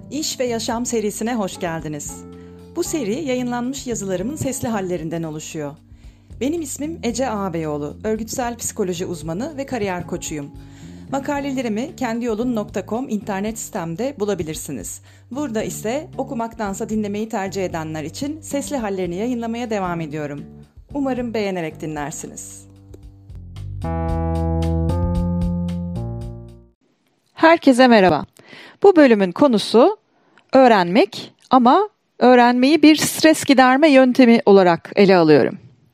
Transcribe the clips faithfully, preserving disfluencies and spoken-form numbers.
İş ve Yaşam serisine hoş geldiniz. Bu seri yayınlanmış yazılarımın sesli hallerinden oluşuyor. Benim ismim Ece Ağabeyoğlu, örgütsel psikoloji uzmanı ve kariyer koçuyum. Makalelerimi kendiyolun nokta com internet sitemde bulabilirsiniz. Burada ise okumaktansa dinlemeyi tercih edenler için sesli hallerini yayınlamaya devam ediyorum. Umarım beğenerek dinlersiniz. Herkese merhaba. Bu bölümün konusu öğrenmek ama öğrenmeyi bir stres giderme yöntemi olarak ele alıyorum.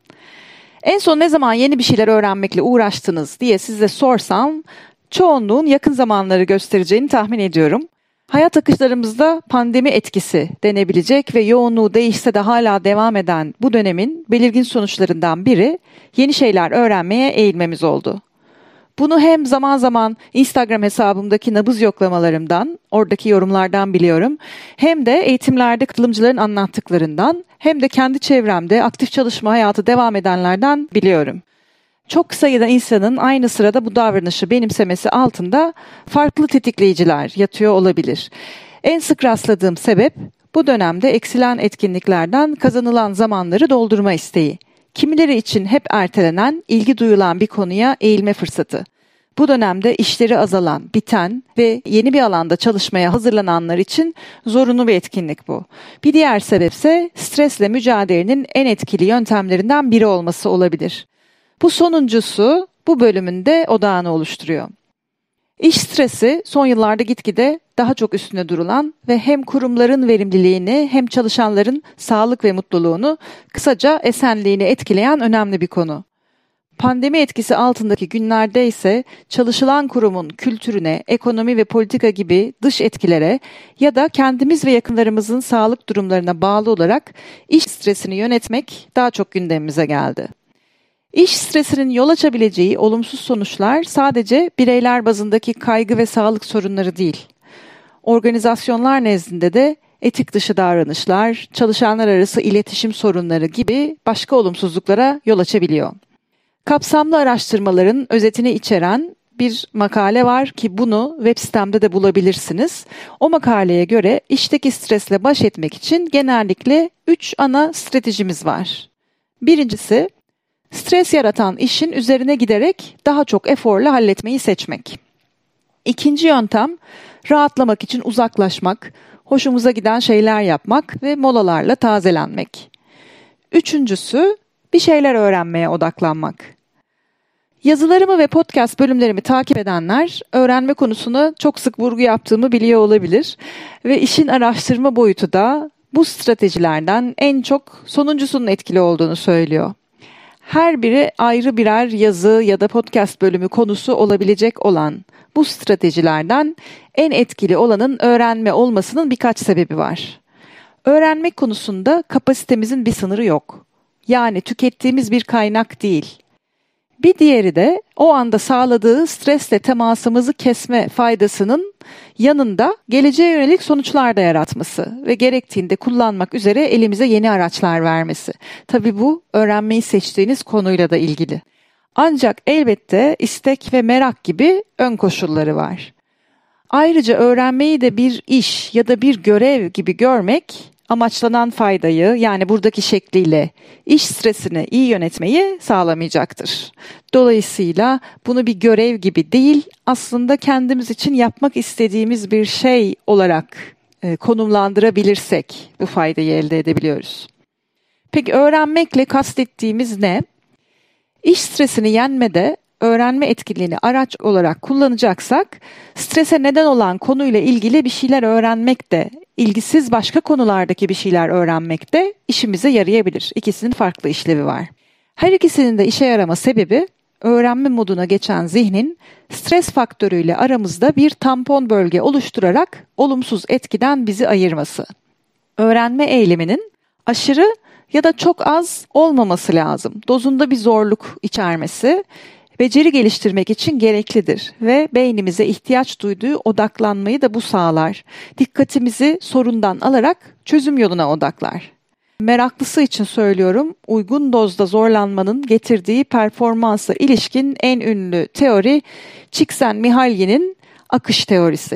En son ne zaman yeni bir şeyler öğrenmekle uğraştınız diye size sorsam çoğunluğun yakın zamanları göstereceğini tahmin ediyorum. Hayat akışlarımızda pandemi etkisi denebilecek ve yoğunluğu değişse de hala devam eden bu dönemin belirgin sonuçlarından biri yeni şeyler öğrenmeye eğilmemiz oldu. Bunu hem zaman zaman Instagram hesabımdaki nabız yoklamalarımdan, oradaki yorumlardan biliyorum. Hem de eğitimlerde katılımcıların anlattıklarından, hem de kendi çevremde aktif çalışma hayatı devam edenlerden biliyorum. Çok sayıda insanın aynı sırada bu davranışı benimsemesi altında farklı tetikleyiciler yatıyor olabilir. En sık rastladığım sebep bu dönemde eksilen etkinliklerden kazanılan zamanları doldurma isteği. Kimileri için hep ertelenen, ilgi duyulan bir konuya eğilme fırsatı. Bu dönemde işleri azalan, biten ve yeni bir alanda çalışmaya hazırlananlar için zorunlu bir etkinlik bu. Bir diğer sebepse stresle mücadelenin en etkili yöntemlerinden biri olması olabilir. Bu sonuncusu bu bölümün de odağını oluşturuyor. İş stresi son yıllarda gitgide daha çok üstüne durulan ve hem kurumların verimliliğini hem çalışanların sağlık ve mutluluğunu, kısaca esenliğini etkileyen önemli bir konu. Pandemi etkisi altındaki günlerde ise çalışılan kurumun kültürüne, ekonomi ve politika gibi dış etkilere ya da kendimiz ve yakınlarımızın sağlık durumlarına bağlı olarak iş stresini yönetmek daha çok gündemimize geldi. İş stresinin yol açabileceği olumsuz sonuçlar sadece bireyler bazındaki kaygı ve sağlık sorunları değil. Organizasyonlar nezdinde de etik dışı davranışlar, çalışanlar arası iletişim sorunları gibi başka olumsuzluklara yol açabiliyor. Kapsamlı araştırmaların özetini içeren bir makale var ki bunu web sitemde de bulabilirsiniz. O makaleye göre işteki stresle baş etmek için genellikle üç ana stratejimiz var. Birincisi, stres yaratan işin üzerine giderek daha çok eforla halletmeyi seçmek. İkinci yöntem, rahatlamak için uzaklaşmak, hoşumuza giden şeyler yapmak ve molalarla tazelenmek. Üçüncüsü, bir şeyler öğrenmeye odaklanmak. Yazılarımı ve podcast bölümlerimi takip edenler öğrenme konusuna çok sık vurgu yaptığımı biliyor olabilir ve işin araştırma boyutu da bu stratejilerden en çok sonuncusunun etkili olduğunu söylüyor. Her biri ayrı birer yazı ya da podcast bölümü konusu olabilecek olan bu stratejilerden en etkili olanın öğrenme olmasının birkaç sebebi var. Öğrenmek konusunda kapasitemizin bir sınırı yok. Yani tükettiğimiz bir kaynak değil. Bir diğeri de o anda sağladığı stresle temasımızı kesme faydasının yanında geleceğe yönelik sonuçlar da yaratması ve gerektiğinde kullanmak üzere elimize yeni araçlar vermesi. Tabii bu öğrenmeyi seçtiğiniz konuyla da ilgili. Ancak elbette istek ve merak gibi ön koşulları var. Ayrıca öğrenmeyi de bir iş ya da bir görev gibi görmek amaçlanan faydayı, yani buradaki şekliyle iş stresini iyi yönetmeyi sağlamayacaktır. Dolayısıyla bunu bir görev gibi değil, aslında kendimiz için yapmak istediğimiz bir şey olarak e, konumlandırabilirsek bu faydayı elde edebiliyoruz. Peki öğrenmekle kastettiğimiz ne? İş stresini yenmede öğrenme etkinliğini araç olarak kullanacaksak, strese neden olan konuyla ilgili bir şeyler öğrenmek de, ilgisiz başka konulardaki bir şeyler öğrenmek de işimize yarayabilir. İkisinin farklı işlevi var. Her ikisinin de işe yarama sebebi, öğrenme moduna geçen zihnin stres faktörüyle aramızda bir tampon bölge oluşturarak olumsuz etkiden bizi ayırması. Öğrenme eyleminin aşırı ya da çok az olmaması lazım. Dozunda bir zorluk içermesi, beceri geliştirmek için gereklidir ve beynimize ihtiyaç duyduğu odaklanmayı da bu sağlar. Dikkatimizi sorundan alarak çözüm yoluna odaklar. Meraklısı için söylüyorum, uygun dozda zorlanmanın getirdiği performansa ilişkin en ünlü teori Csikszentmihalyi'nin akış teorisi.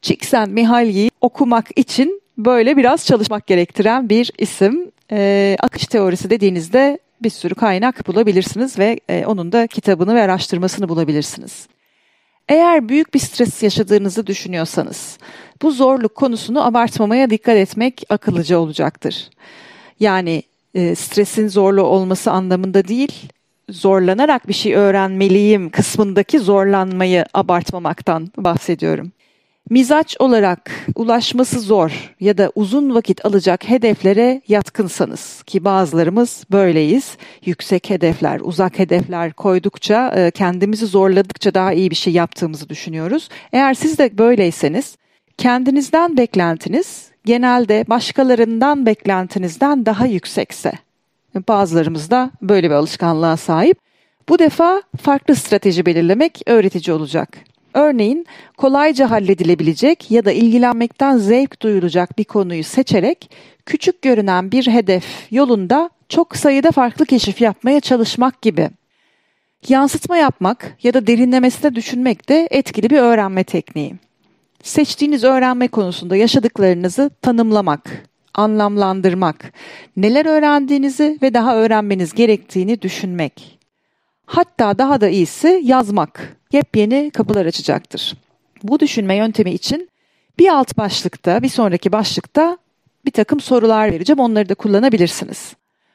Csikszentmihalyi'yi okumak için böyle biraz çalışmak gerektiren bir isim. Ee, akış teorisi dediğinizde bir sürü kaynak bulabilirsiniz ve e, onun da kitabını ve araştırmasını bulabilirsiniz. Eğer büyük bir stres yaşadığınızı düşünüyorsanız, bu zorluk konusunu abartmamaya dikkat etmek akıllıca olacaktır. Yani e, stresin zorlu olması anlamında değil, zorlanarak bir şey öğrenmeliyim kısmındaki zorlanmayı abartmamaktan bahsediyorum. Mizaç olarak ulaşması zor ya da uzun vakit alacak hedeflere yatkınsanız, ki bazılarımız böyleyiz, yüksek hedefler, uzak hedefler koydukça, kendimizi zorladıkça daha iyi bir şey yaptığımızı düşünüyoruz. Eğer siz de böyleyseniz, kendinizden beklentiniz genelde başkalarından beklentinizden daha yüksekse, bazılarımız da böyle bir alışkanlığa sahip, bu defa farklı strateji belirlemek öğretici olacak. Örneğin kolayca halledilebilecek ya da ilgilenmekten zevk duyulacak bir konuyu seçerek küçük görünen bir hedef yolunda çok sayıda farklı keşif yapmaya çalışmak gibi. Yansıtma yapmak ya da derinlemesine düşünmek de etkili bir öğrenme tekniği. Seçtiğiniz öğrenme konusunda yaşadıklarınızı tanımlamak, anlamlandırmak, neler öğrendiğinizi ve daha öğrenmeniz gerektiğini düşünmek. Hatta daha da iyisi yazmak yepyeni kapılar açacaktır. Bu düşünme yöntemi için bir alt başlıkta, bir sonraki başlıkta bir takım sorular vereceğim. Onları da kullanabilirsiniz.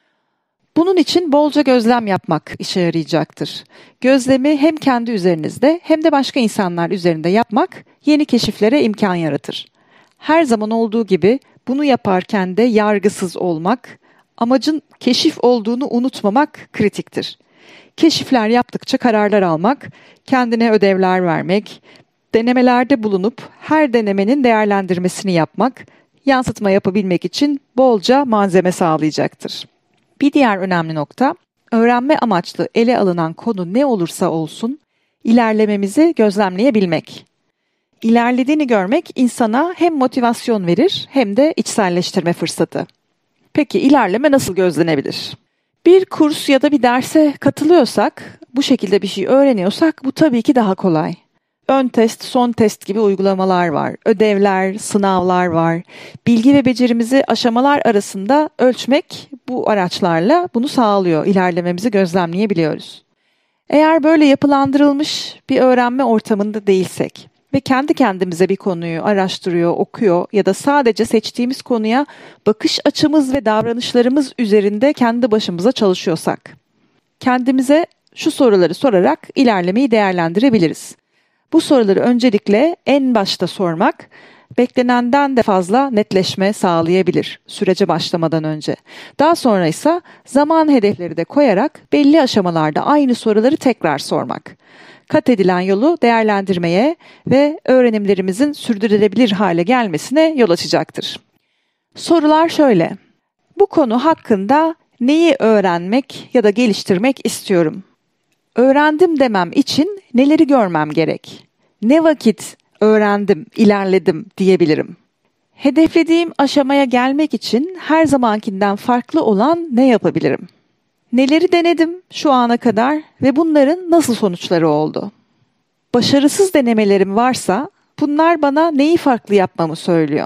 Bunun için bolca gözlem yapmak işe yarayacaktır. Gözlemi hem kendi üzerinizde hem de başka insanlar üzerinde yapmak yeni keşiflere imkan yaratır. Her zaman olduğu gibi bunu yaparken de yargısız olmak, amacın keşif olduğunu unutmamak kritiktir. Keşifler yaptıkça kararlar almak, kendine ödevler vermek, denemelerde bulunup her denemenin değerlendirmesini yapmak, yansıtma yapabilmek için bolca malzeme sağlayacaktır. Bir diğer önemli nokta, öğrenme amaçlı ele alınan konu ne olursa olsun, ilerlememizi gözlemleyebilmek. İlerlediğini görmek insana hem motivasyon verir hem de içselleştirme fırsatı. Peki ilerleme nasıl gözlenebilir? Bir kurs ya da bir derse katılıyorsak, bu şekilde bir şey öğreniyorsak bu tabii ki daha kolay. Ön test, son test gibi uygulamalar var. Ödevler, sınavlar var. Bilgi ve becerimizi aşamalar arasında ölçmek bu araçlarla bunu sağlıyor. İlerlememizi gözlemleyebiliyoruz. Eğer böyle yapılandırılmış bir öğrenme ortamında değilsek ve kendi kendimize bir konuyu araştırıyor, okuyor ya da sadece seçtiğimiz konuya bakış açımız ve davranışlarımız üzerinde kendi başımıza çalışıyorsak, kendimize şu soruları sorarak ilerlemeyi değerlendirebiliriz. Bu soruları öncelikle en başta sormak, beklenenden de fazla netleşme sağlayabilir sürece başlamadan önce. Daha sonra ise zaman hedefleri de koyarak belli aşamalarda aynı soruları tekrar sormak. Kat edilen yolu değerlendirmeye ve öğrenimlerimizin sürdürülebilir hale gelmesine yol açacaktır. Sorular şöyle: bu konu hakkında neyi öğrenmek ya da geliştirmek istiyorum? Öğrendim demem için neleri görmem gerek? Ne vakit öğrendim, ilerledim diyebilirim? Hedeflediğim aşamaya gelmek için her zamankinden farklı olan ne yapabilirim? Neleri denedim şu ana kadar ve bunların nasıl sonuçları oldu? Başarısız denemelerim varsa bunlar bana neyi farklı yapmamı söylüyor?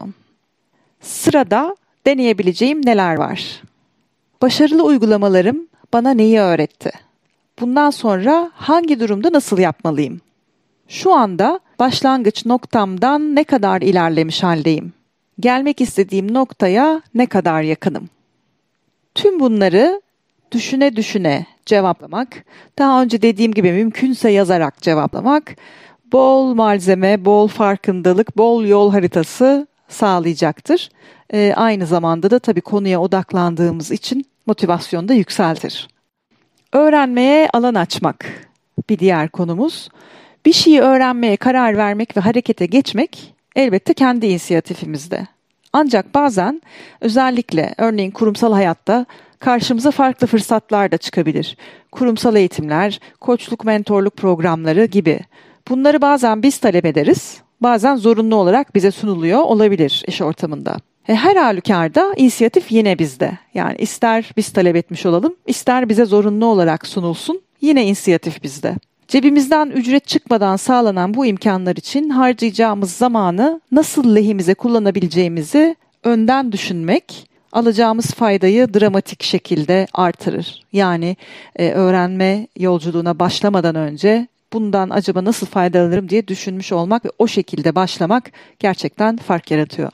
Sırada deneyebileceğim neler var? Başarılı uygulamalarım bana neyi öğretti? Bundan sonra hangi durumda nasıl yapmalıyım? Şu anda başlangıç noktamdan ne kadar ilerlemiş haldeyim? Gelmek istediğim noktaya ne kadar yakınım? Tüm bunları düşüne düşüne cevaplamak, daha önce dediğim gibi mümkünse yazarak cevaplamak, bol malzeme, bol farkındalık, bol yol haritası sağlayacaktır. Ee, aynı zamanda da tabii konuya odaklandığımız için motivasyon da yükseltir. Öğrenmeye alan açmak bir diğer konumuz. Bir şeyi öğrenmeye karar vermek ve harekete geçmek elbette kendi inisiyatifimizde. Ancak bazen özellikle örneğin kurumsal hayatta karşımıza farklı fırsatlar da çıkabilir. Kurumsal eğitimler, koçluk, mentorluk programları gibi. Bunları bazen biz talep ederiz, bazen zorunlu olarak bize sunuluyor olabilir iş ortamında. E her halükarda inisiyatif yine bizde. Yani ister biz talep etmiş olalım, ister bize zorunlu olarak sunulsun, yine inisiyatif bizde. Cebimizden ücret çıkmadan sağlanan bu imkanlar için harcayacağımız zamanı nasıl lehimize kullanabileceğimizi önden düşünmek, alacağımız faydayı dramatik şekilde artırır. Yani e, öğrenme yolculuğuna başlamadan önce bundan acaba nasıl faydalanırım diye düşünmüş olmak ve o şekilde başlamak gerçekten fark yaratıyor.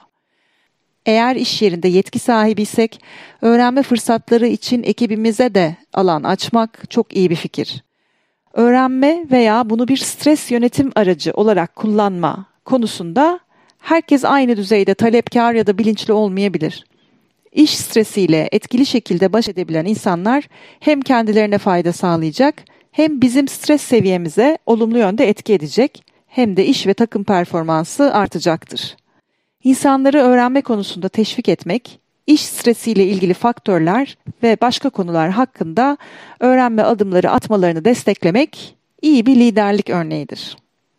Eğer iş yerinde yetki sahibiysek, öğrenme fırsatları için ekibimize de alan açmak çok iyi bir fikir. Öğrenme veya bunu bir stres yönetim aracı olarak kullanma konusunda herkes aynı düzeyde talepkar ya da bilinçli olmayabilir. İş stresiyle etkili şekilde baş edebilen insanlar hem kendilerine fayda sağlayacak, hem bizim stres seviyemize olumlu yönde etki edecek, hem de iş ve takım performansı artacaktır. İnsanları öğrenme konusunda teşvik etmek, iş stresiyle ilgili faktörler ve başka konular hakkında öğrenme adımları atmalarını desteklemek iyi bir liderlik örneğidir.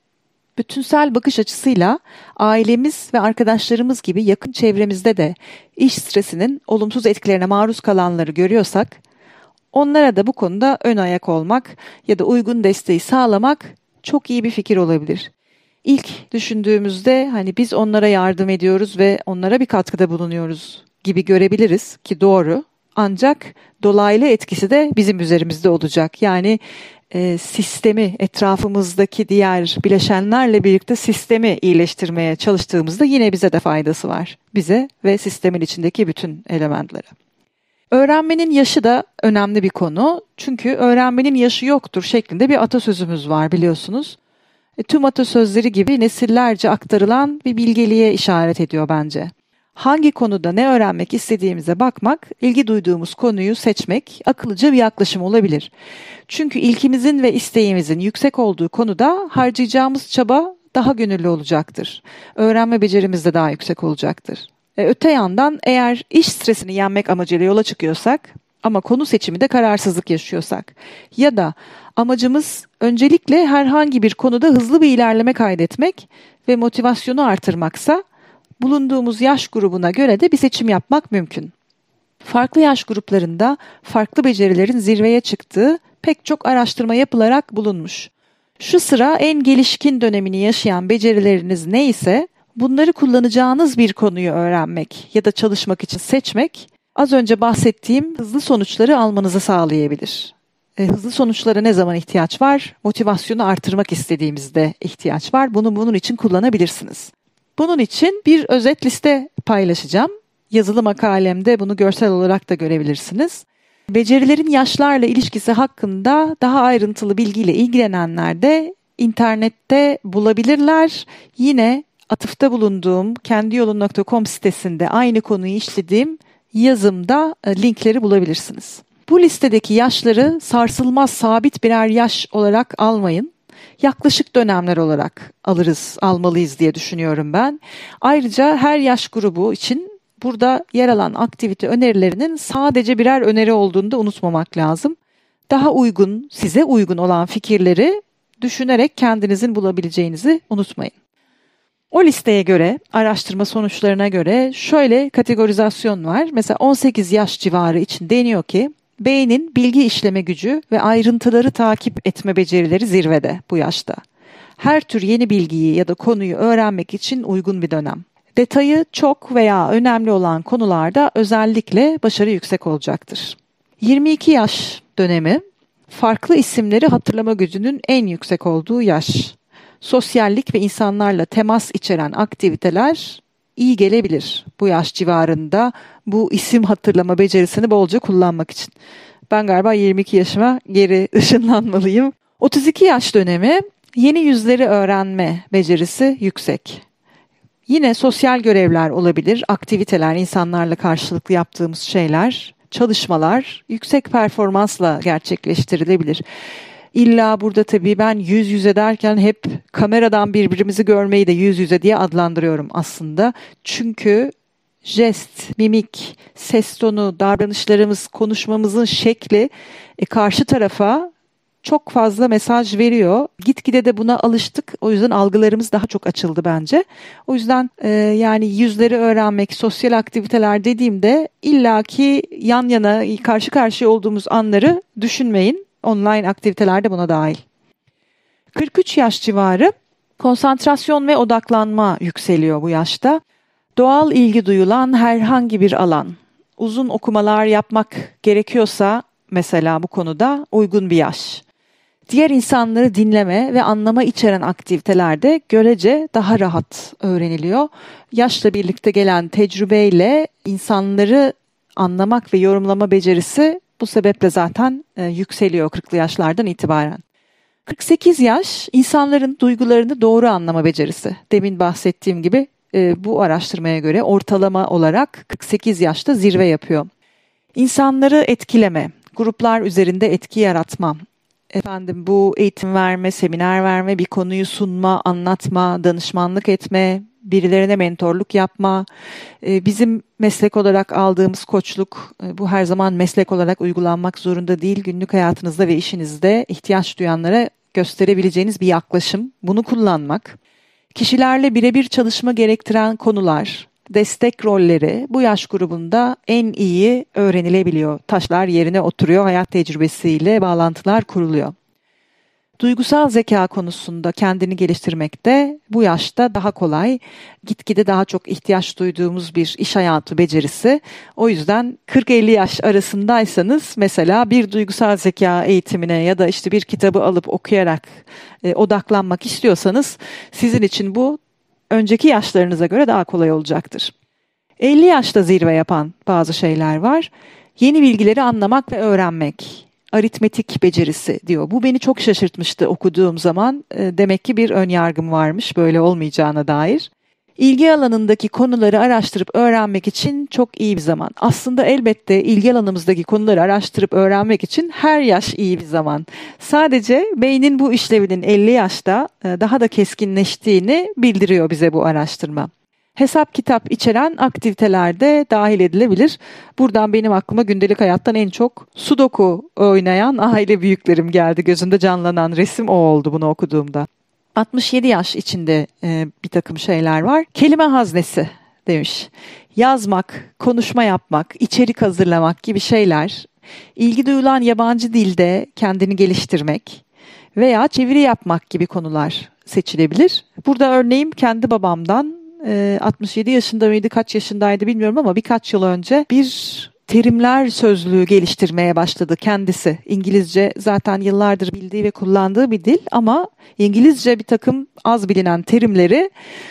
Bütünsel bakış açısıyla ailemiz ve arkadaşlarımız gibi yakın çevremizde de iş stresinin olumsuz etkilerine maruz kalanları görüyorsak, onlara da bu konuda ön ayak olmak ya da uygun desteği sağlamak çok iyi bir fikir olabilir. İlk düşündüğümüzde hani biz onlara yardım ediyoruz ve onlara bir katkıda bulunuyoruz gibi görebiliriz ki doğru. Ancak dolaylı etkisi de bizim üzerimizde olacak. Yani e, sistemi, etrafımızdaki diğer bileşenlerle birlikte sistemi iyileştirmeye çalıştığımızda yine bize de faydası var. Bize ve sistemin içindeki bütün elementlere. Öğrenmenin yaşı da önemli bir konu. Çünkü öğrenmenin yaşı yoktur şeklinde bir atasözümüz var biliyorsunuz. E, tüm atasözleri gibi nesillerce aktarılan bir bilgeliğe işaret ediyor bence. Hangi konuda ne öğrenmek istediğimize bakmak, ilgi duyduğumuz konuyu seçmek akıllıca bir yaklaşım olabilir. Çünkü ilkimizin ve isteğimizin yüksek olduğu konuda harcayacağımız çaba daha gönüllü olacaktır. Öğrenme becerimiz de daha yüksek olacaktır. E, öte yandan eğer iş stresini yenmek amacıyla yola çıkıyorsak ama konu seçimi de kararsızlık yaşıyorsak ya da amacımız öncelikle herhangi bir konuda hızlı bir ilerleme kaydetmek ve motivasyonu artırmaksa bulunduğumuz yaş grubuna göre de bir seçim yapmak mümkün. Farklı yaş gruplarında farklı becerilerin zirveye çıktığı pek çok araştırma yapılarak bulunmuş. Şu sıra en gelişkin dönemini yaşayan becerileriniz neyse bunları kullanacağınız bir konuyu öğrenmek ya da çalışmak için seçmek az önce bahsettiğim hızlı sonuçları almanızı sağlayabilir. E, hızlı sonuçlara ne zaman ihtiyaç var? Motivasyonu artırmak istediğimizde ihtiyaç var. Bunu bunun için kullanabilirsiniz. Bunun için bir özet liste paylaşacağım. Yazılı makalemde bunu görsel olarak da görebilirsiniz. Becerilerin yaşlarla ilişkisi hakkında daha ayrıntılı bilgiyle ilgilenenler de internette bulabilirler. Yine atıfta bulunduğum kendiyolun nokta com sitesinde aynı konuyu işlediğim yazımda linkleri bulabilirsiniz. Bu listedeki yaşları sarsılmaz sabit birer yaş olarak almayın. Yaklaşık dönemler olarak alırız, almalıyız diye düşünüyorum ben. Ayrıca her yaş grubu için burada yer alan aktivite önerilerinin sadece birer öneri olduğunu da unutmamak lazım. Daha uygun, size uygun olan fikirleri düşünerek kendinizin bulabileceğinizi unutmayın. O listeye göre, araştırma sonuçlarına göre şöyle kategorizasyon var. Mesela on sekiz yaş civarı için deniyor ki beynin bilgi işleme gücü ve ayrıntıları takip etme becerileri zirvede bu yaşta. Her tür yeni bilgiyi ya da konuyu öğrenmek için uygun bir dönem. Detayı çok veya önemli olan konularda özellikle başarı yüksek olacaktır. yirmi iki yaş dönemi farklı isimleri hatırlama gücünün en yüksek olduğu yaş. Sosyallik ve insanlarla temas içeren aktiviteler iyi gelebilir bu yaş civarında bu isim hatırlama becerisini bolca kullanmak için. Ben galiba yirmi iki yaşıma geri ışınlanmalıyım. otuz iki yaş dönemi yeni yüzleri öğrenme becerisi yüksek. Yine sosyal görevler olabilir, aktiviteler, insanlarla karşılıklı yaptığımız şeyler, çalışmalar yüksek performansla gerçekleştirilebilir. İlla burada tabii ben yüz yüze derken hep kameradan birbirimizi görmeyi de yüz yüze diye adlandırıyorum aslında. Çünkü jest, mimik, ses tonu, davranışlarımız, konuşmamızın şekli e, karşı tarafa çok fazla mesaj veriyor. Gitgide de buna alıştık. O yüzden algılarımız daha çok açıldı bence. O yüzden e, yani yüzleri öğrenmek, sosyal aktiviteler dediğimde illaki yan yana, karşı karşıya olduğumuz anları düşünmeyin. Online aktiviteler de buna dahil. kırk üç yaş civarı konsantrasyon ve odaklanma yükseliyor bu yaşta. Doğal ilgi duyulan herhangi bir alan. Uzun okumalar yapmak gerekiyorsa mesela bu konuda uygun bir yaş. Diğer insanları dinleme ve anlama içeren aktivitelerde görece daha rahat öğreniliyor. Yaşla birlikte gelen tecrübeyle insanları anlamak ve yorumlama becerisi bu sebeple zaten e, yükseliyor kırklı yaşlardan itibaren. kırk sekiz yaş insanların duygularını doğru anlama becerisi. Demin bahsettiğim gibi e, bu araştırmaya göre ortalama olarak kırk sekiz yaşta zirve yapıyor. İnsanları etkileme, gruplar üzerinde etki yaratma, efendim bu eğitim verme, seminer verme, bir konuyu sunma, anlatma, danışmanlık etme, birilerine mentorluk yapma, bizim meslek olarak aldığımız koçluk, bu her zaman meslek olarak uygulanmak zorunda değil. Günlük hayatınızda ve işinizde ihtiyaç duyanlara gösterebileceğiniz bir yaklaşım, bunu kullanmak. Kişilerle birebir çalışma gerektiren konular, destek rolleri bu yaş grubunda en iyi öğrenilebiliyor. Taşlar yerine oturuyor, hayat tecrübesiyle bağlantılar kuruluyor. Duygusal zeka konusunda kendini geliştirmekte bu yaşta daha kolay, gitgide daha çok ihtiyaç duyduğumuz bir iş hayatı becerisi. O yüzden kırk elli yaş arasındaysanız mesela bir duygusal zeka eğitimine ya da işte bir kitabı alıp okuyarak e, odaklanmak istiyorsanız sizin için bu önceki yaşlarınıza göre daha kolay olacaktır. elli yaşta zirve yapan bazı şeyler var. Yeni bilgileri anlamak ve öğrenmek. Aritmetik becerisi diyor. Bu beni çok şaşırtmıştı okuduğum zaman. Demek ki bir ön yargım varmış böyle olmayacağına dair. İlgi alanındaki konuları araştırıp öğrenmek için çok iyi bir zaman. Aslında elbette ilgi alanımızdaki konuları araştırıp öğrenmek için her yaş iyi bir zaman. Sadece beynin bu işlevinin elli yaşta daha da keskinleştiğini bildiriyor bize bu araştırma. Hesap kitap içeren aktivitelerde dahil edilebilir. Buradan benim aklıma gündelik hayattan en çok sudoku oynayan aile büyüklerim geldi. Gözümde canlanan resim o oldu bunu okuduğumda. altmış yedi yaş içinde e, bir takım şeyler var. Kelime haznesi demiş. Yazmak, konuşma yapmak, içerik hazırlamak gibi şeyler. İlgi duyulan yabancı dilde kendini geliştirmek veya çeviri yapmak gibi konular seçilebilir. Burada örneğim kendi babamdan. altmış yedi yaşında mıydı, kaç yaşındaydı bilmiyorum ama birkaç yıl önce bir terimler sözlüğü geliştirmeye başladı kendisi. İngilizce zaten yıllardır bildiği ve kullandığı bir dil ama İngilizce bir takım az bilinen terimleri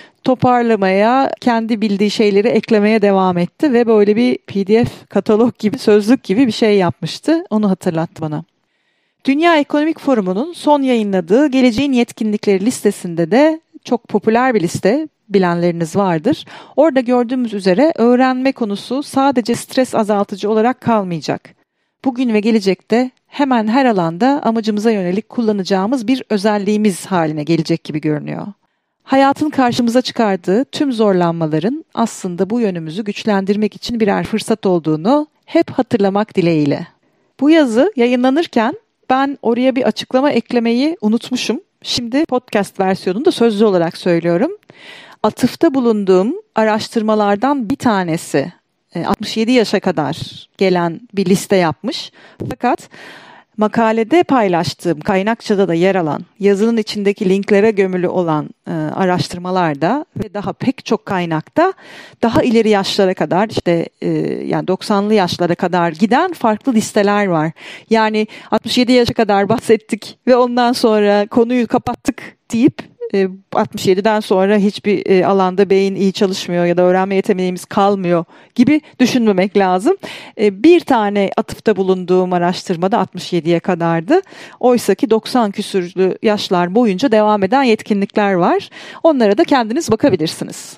toparlamaya, kendi bildiği şeyleri eklemeye devam etti ve böyle bir P D F katalog gibi, sözlük gibi bir şey yapmıştı. Onu hatırlattı bana. Dünya Ekonomik Forumu'nun son yayınladığı Geleceğin Yetkinlikleri listesinde de çok popüler bir liste. Bilenleriniz vardır. Orada gördüğümüz üzere öğrenme konusu sadece stres azaltıcı olarak kalmayacak. Bugün ve gelecekte hemen her alanda amacımıza yönelik kullanacağımız bir özelliğimiz haline gelecek gibi görünüyor. Hayatın karşımıza çıkardığı tüm zorlanmaların aslında bu yönümüzü güçlendirmek için birer fırsat olduğunu hep hatırlamak dileğiyle. Bu yazı yayınlanırken ben oraya bir açıklama eklemeyi unutmuşum. Şimdi podcast versiyonunda sözlü olarak söylüyorum. Atıfta bulunduğum araştırmalardan bir tanesi altmış yedi yaşa kadar gelen bir liste yapmış. Fakat makalede paylaştığım, kaynakçada da yer alan, yazının içindeki linklere gömülü olan e, araştırmalarda ve daha pek çok kaynakta daha ileri yaşlara kadar işte e, yani doksanlı yaşlara kadar giden farklı listeler var. Yani altmış yedi yaşa kadar bahsettik ve ondan sonra konuyu kapattık deyip altmış yediden sonra hiçbir alanda beyin iyi çalışmıyor ya da öğrenme yeteneğimiz kalmıyor gibi düşünmemek lazım. Bir tane atıfta bulunduğum araştırmada altmış yediye kadardı. Oysa ki doksan küsürlü yaşlar boyunca devam eden yetkinlikler var. Onlara da kendiniz bakabilirsiniz.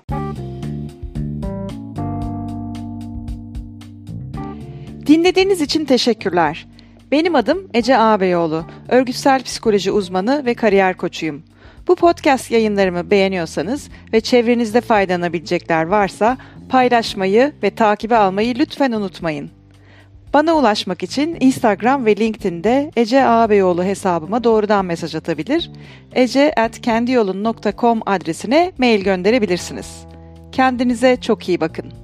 Dinlediğiniz için teşekkürler. Benim adım Ece Ağabeyoğlu. Örgütsel psikoloji uzmanı ve kariyer koçuyum. Bu podcast yayınlarımı beğeniyorsanız ve çevrenizde faydalanabilecekler varsa paylaşmayı ve takibe almayı lütfen unutmayın. Bana ulaşmak için Instagram ve LinkedIn'de Ece Ağabeyoğlu hesabıma doğrudan mesaj atabilir, ece at kendiyolun nokta com adresine mail gönderebilirsiniz. Kendinize çok iyi bakın.